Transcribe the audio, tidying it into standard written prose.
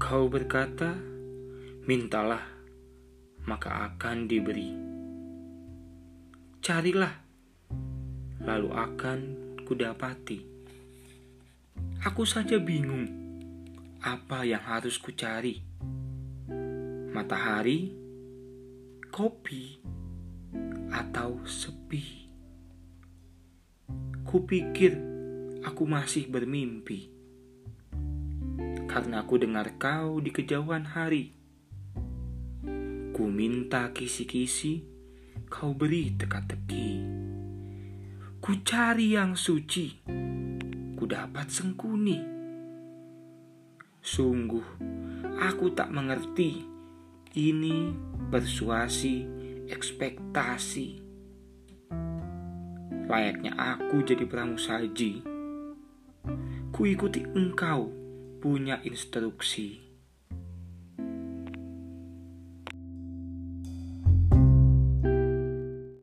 Kau berkata, mintalah, maka akan diberi. Carilah, lalu akan kudapati. Aku saja bingung, apa yang harus kucari? Matahari, kopi, atau sepi? Kupikir aku masih bermimpi, karena aku dengar kau di kejauhan hari. Ku minta kisi-kisi, kau beri teka-teki. Ku cari yang suci, ku dapat sengkuni. Sungguh, aku tak mengerti. Ini persuasi, ekspektasi. Layaknya aku jadi pramusaji. Ku ikuti engkau punya instruksi.